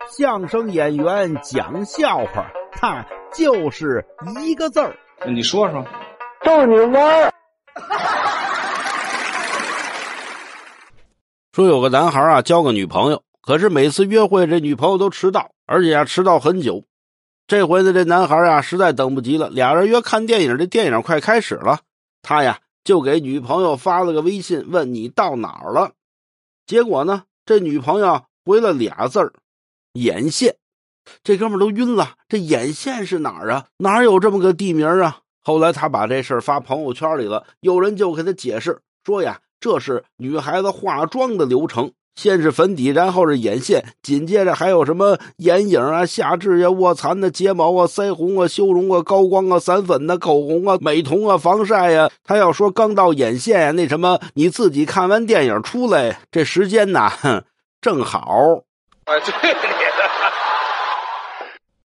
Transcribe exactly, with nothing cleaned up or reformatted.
相声演员讲笑话，他就是一个字儿。 你说说。 逗你玩儿。 说有个男孩啊，交个女朋友，可是每次约会这女朋友都迟到，而且啊迟到很久。这回呢，这男孩啊实在等不及了，俩人约看电影，这电影快开始了，他呀就给女朋友发了个微信，问你到哪儿了。结果呢，这女朋友回了俩字儿：眼线。这哥们都晕了，这眼线是哪儿啊？哪有这么个地名啊？后来他把这事儿发朋友圈里了，有人就给他解释说呀，这是女孩子化妆的流程，先是粉底，然后是眼线，紧接着还有什么眼影啊、下至呀、卧蚕的睫毛啊、腮红啊、修容啊、高光啊、散粉啊、口红啊、美瞳啊、防晒呀、啊。他要说刚到眼线啊，那什么你自己看完电影出来，这时间呐，正好。 哎，对你的。